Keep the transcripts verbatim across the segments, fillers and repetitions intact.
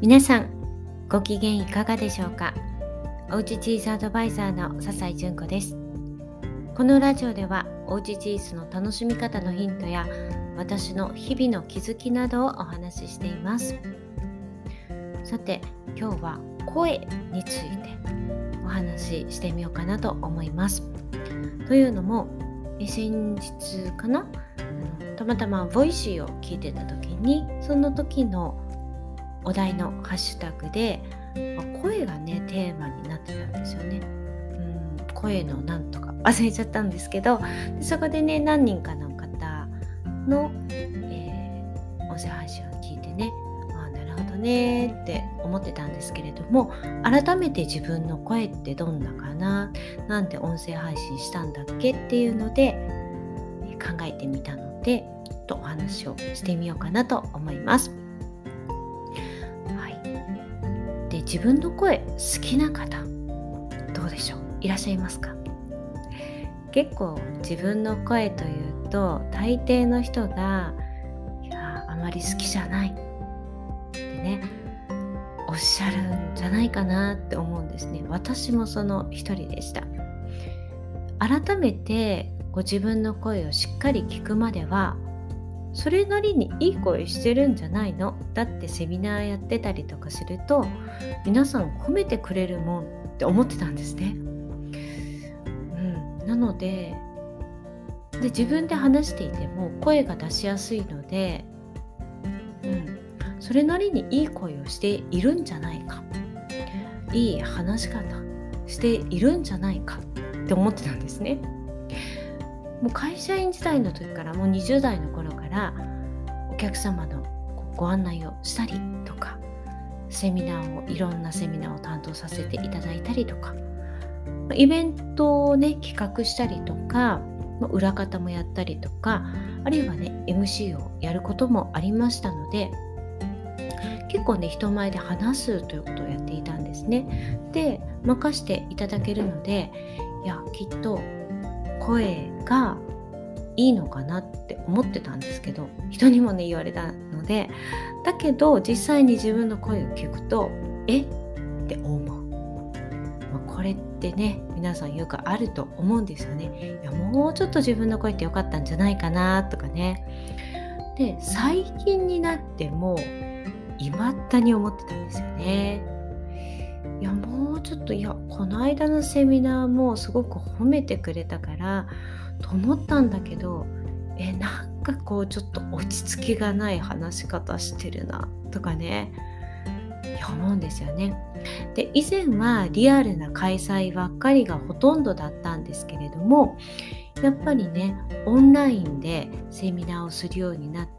皆さんご機嫌いかがでしょうか。おうちチーズアドバイザーの笹井純子です。このラジオではおうちチーズの楽しみ方のヒントや私の日々の気づきなどをお話ししています。さて今日は声についてお話ししてみようかなと思います。というのも先日かなあのたまたまボイシーを聞いてた時にその時のお題のハッシュタグで声がねテーマになってたんですよね。うん声のなんとか忘れちゃったんですけど、でそこでね何人かの方の、えー、音声配信を聞いてね、あなるほどねって思ってたんですけれども、改めて自分の声ってどんなかな、なんで音声配信したんだっけっていうので、えー、考えてみたのでちょっとお話をしてみようかなと思います。で自分の声好きな方どうでしょう、いらっしゃいますか。結構自分の声というと大抵の人がいやあまり好きじゃないってねおっしゃるんじゃないかなって思うんですね。私もその一人でした。改めてご自分の声をしっかり聞くまではそれなりにいい声してるんじゃないの？だってセミナーやってたりとかすると皆さん褒めてくれるもんって思ってたんですね。うん、なので、で自分で話していても声が出しやすいので、うん、それなりにいい声をしているんじゃないか、いい話し方しているんじゃないかって思ってたんですね。もう会社員時代の時からもうにじゅう代の頃からお客様のご案内をしたりとか、セミナーをいろんなセミナーを担当させていただいたりとか、イベントをね企画したりとか、裏方もやったりとか、あるいはね エムシー をやることもありましたので、結構ね人前で話すということをやっていたんですね。で任していただけるので、いやきっと声がいいのかなって思ってたんですけど、人にもね言われたので、だけど実際に自分の声を聞くとえって思う、まあ、これってね皆さんよくあると思うんですよね。いやもうちょっと自分の声って良かったんじゃないかなとかね。で最近になっても未だに思ってたんですよね。いやもうちょっと、いやこの間のセミナーもすごく褒めてくれたからと思ったんだけど、えなんかこうちょっと落ち着きがない話し方してるなとかね、いや思うんですよね。で以前はリアルな開催ばっかりがほとんどだったんですけれども、やっぱりねオンラインでセミナーをするようになって、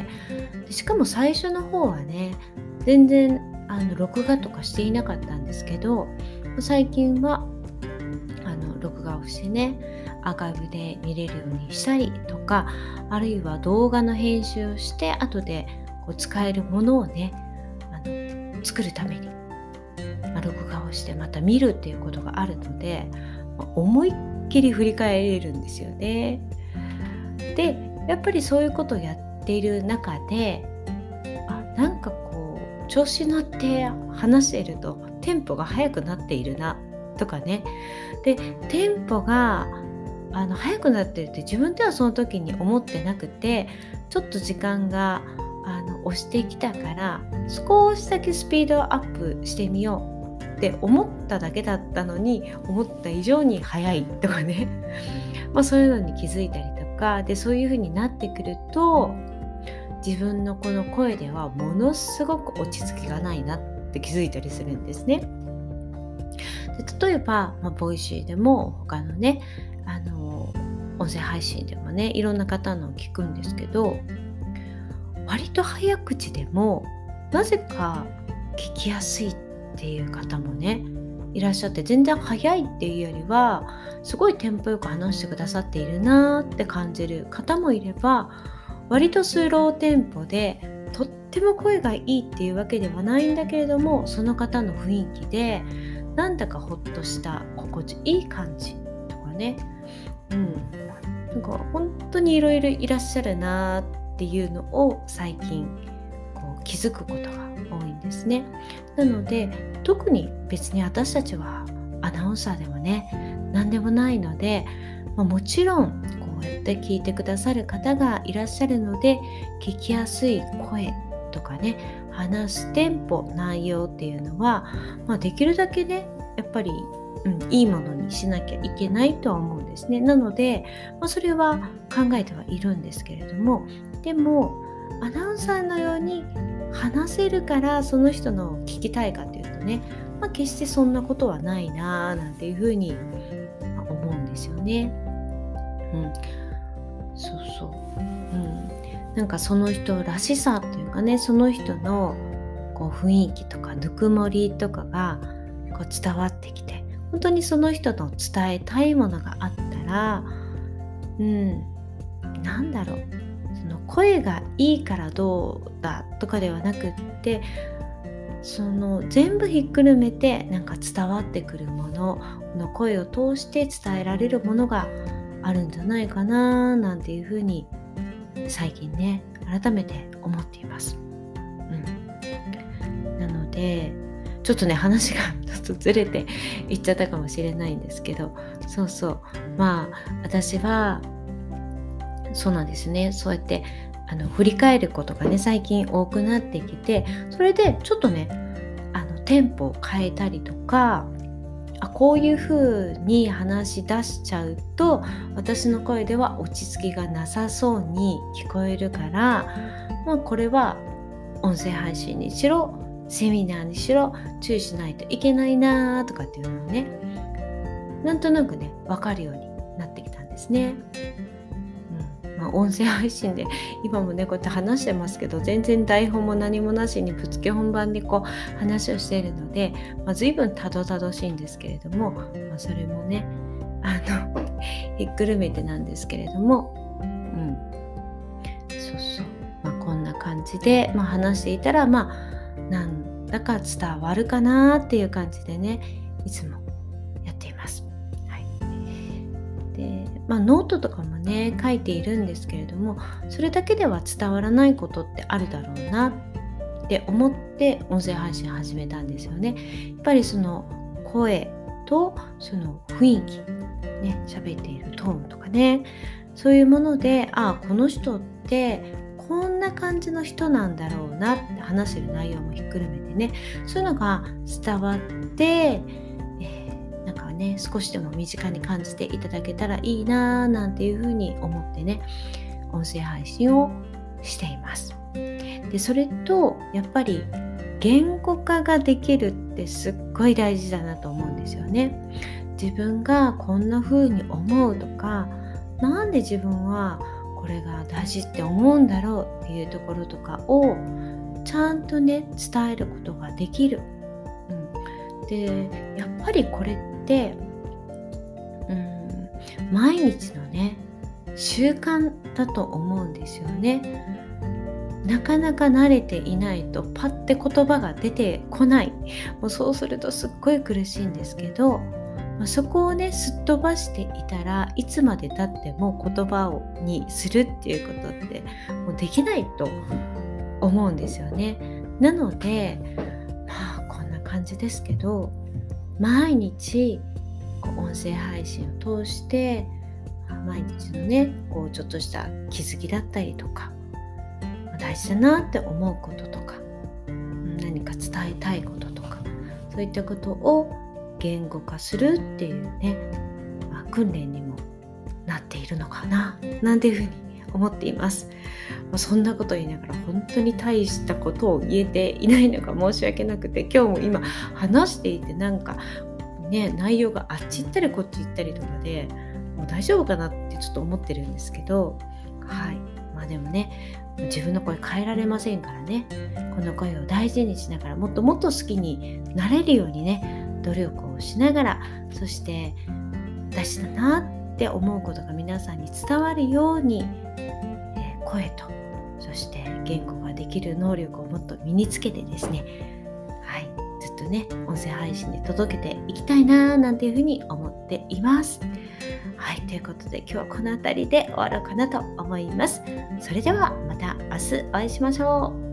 でしかも最初の方はね全然あの録画とかしていなかったんですけど、最近はあの録画をしてねアーカイブで見れるようにしたりとか、あるいは動画の編集をして後でこう使えるものをねあの作るために、まあ、録画をしてまた見るっていうことがあるので、まあ、思いっきり振り返れるんですよね。でやっぱりそういうことをやっている中で、あなんかこう調子乗って話しているとテンポが速くなっているなとかね。でテンポがあの速くなってるって自分ではその時に思ってなくて、ちょっと時間があの押してきたから少しだけスピードアップしてみようって思っただけだったのに、思った以上に速いとかねまあそういうのに気づいたりとかで、そういう風になってくると自分のこの声ではものすごく落ち着きがないなって気づいたりするんですね。で例えば、まあ、ボイシーでも他のねあの音声配信でもねいろんな方のを聞くんですけど、割と早口でもなぜか聞きやすいっていう方もねいらっしゃって、全然早いっていうよりはすごいテンポよく話してくださっているなって感じる方もいれば、割とスローテンポでとっても声がいいっていうわけではないんだけれども、その方の雰囲気でなんだかほっとした心地いい感じとかね、うん、なんか本当にいろいろいらっしゃるなっていうのを最近こう気づくことが多いんですね。なので特に別に私たちはアナウンサーでもね何でもないので、まあ、もちろんこうやって聞いてくださる方がいらっしゃるので、聞きやすい声とかね、話すテンポ、内容っていうのは、まあ、できるだけねやっぱり、うん、いいものにしなきゃいけないとは思うんですね。なので、まあ、それは考えてはいるんですけれども、でもアナウンサーのように話せるからその人の聞きたいかっていうとね、まあ、決してそんなことはないなぁなんていうふうに思うんですよね。うん、そうそう、うん、なんかその人らしさというかね、その人のこう雰囲気とかぬくもりとかがこう伝わってきて、本当にその人の伝えたいものがあったら、うん、なんだろう、その声がいいからどうだとかではなくって、その全部ひっくるめてなんか伝わってくるもの、この声を通して伝えられるものがあるんじゃないかななんていうふうに最近ね改めて思っています。うん、なのでちょっとね話がちょっとずれていっちゃったかもしれないんですけど、そうそう、まあ私はそうなんですね、そうやってあの振り返ることがね最近多くなってきて、それでちょっとねあのテンポを変えたりとか、あこういう風に話し出しちゃうと私の声では落ち着きがなさそうに聞こえるから、まあ、これは音声配信にしろセミナーにしろ注意しないといけないなとかっていうのをね、なんとなくね分かるようになってきたんですね。まあ、音声配信で今もねこうやって話してますけど、全然台本も何もなしにぶっつけ本番でこう話をしているので、まあ、随分たどたどしいんですけれども、まあ、それもねあのひっくるめてなんですけれども、うん、そうそう、まあ、こんな感じで、まあ、話していたら、まあなんだか伝わるかなっていう感じでねいつもやっています。はい。でまあ、ノートとかもね書いているんですけれども、それだけでは伝わらないことってあるだろうなって思って音声配信始めたんですよね。やっぱりその声とその雰囲気ね、喋っているトーンとかね、そういうもので、あこの人ってこんな感じの人なんだろうなって話してる内容もひっくるめてね、そういうのが伝わって、なんかね少しでも身近に感じていただけたらいいななんていうふうに思ってね音声配信をしています。でそれとやっぱり言語化ができるってすっごい大事だなと思うんですよね。自分がこんな風に思うとか、なんで自分はこれが大事って思うんだろうっていうところとかをちゃんとね伝えることができる。うん、でやっぱりこれってうん毎日のね習慣だと思うんですよね。なかなか慣れていないとパッて言葉が出てこない。もうそうするとすっごい苦しいんですけど、まあ、そこをねすっ飛ばしていたらいつまで経っても言葉をにするっていうことってもうできないと思うんですよね。なのでまあこんな感じですけど、毎日こう音声配信を通して毎日のねこうちょっとした気づきだったりとか、大事だなって思うこととか、何か伝えたいこととか、そういったことを言語化するっていうね、まあ、訓練にもなっているのかななんていうふうに思っています。まあ、そんなこと言いながら本当に大したことを言えていないのが申し訳なくて、今日も今話していてなんかね内容があっち行ったりこっち行ったりとかでもう大丈夫かなってちょっと思ってるんですけど、はい、まあでもね自分の声変えられませんからね、この声を大事にしながらもっともっと好きになれるようにね努力をしながら、そして大事だなって思うことが皆さんに伝わるように、えー、声とそして言語ができる能力をもっと身につけてですね、はい、ずっとね音声配信で届けていきたいななんていうふうに思っています。はい、ということで今日はこの辺りで終わろうかなと思います。それではまた明日お会いしましょう。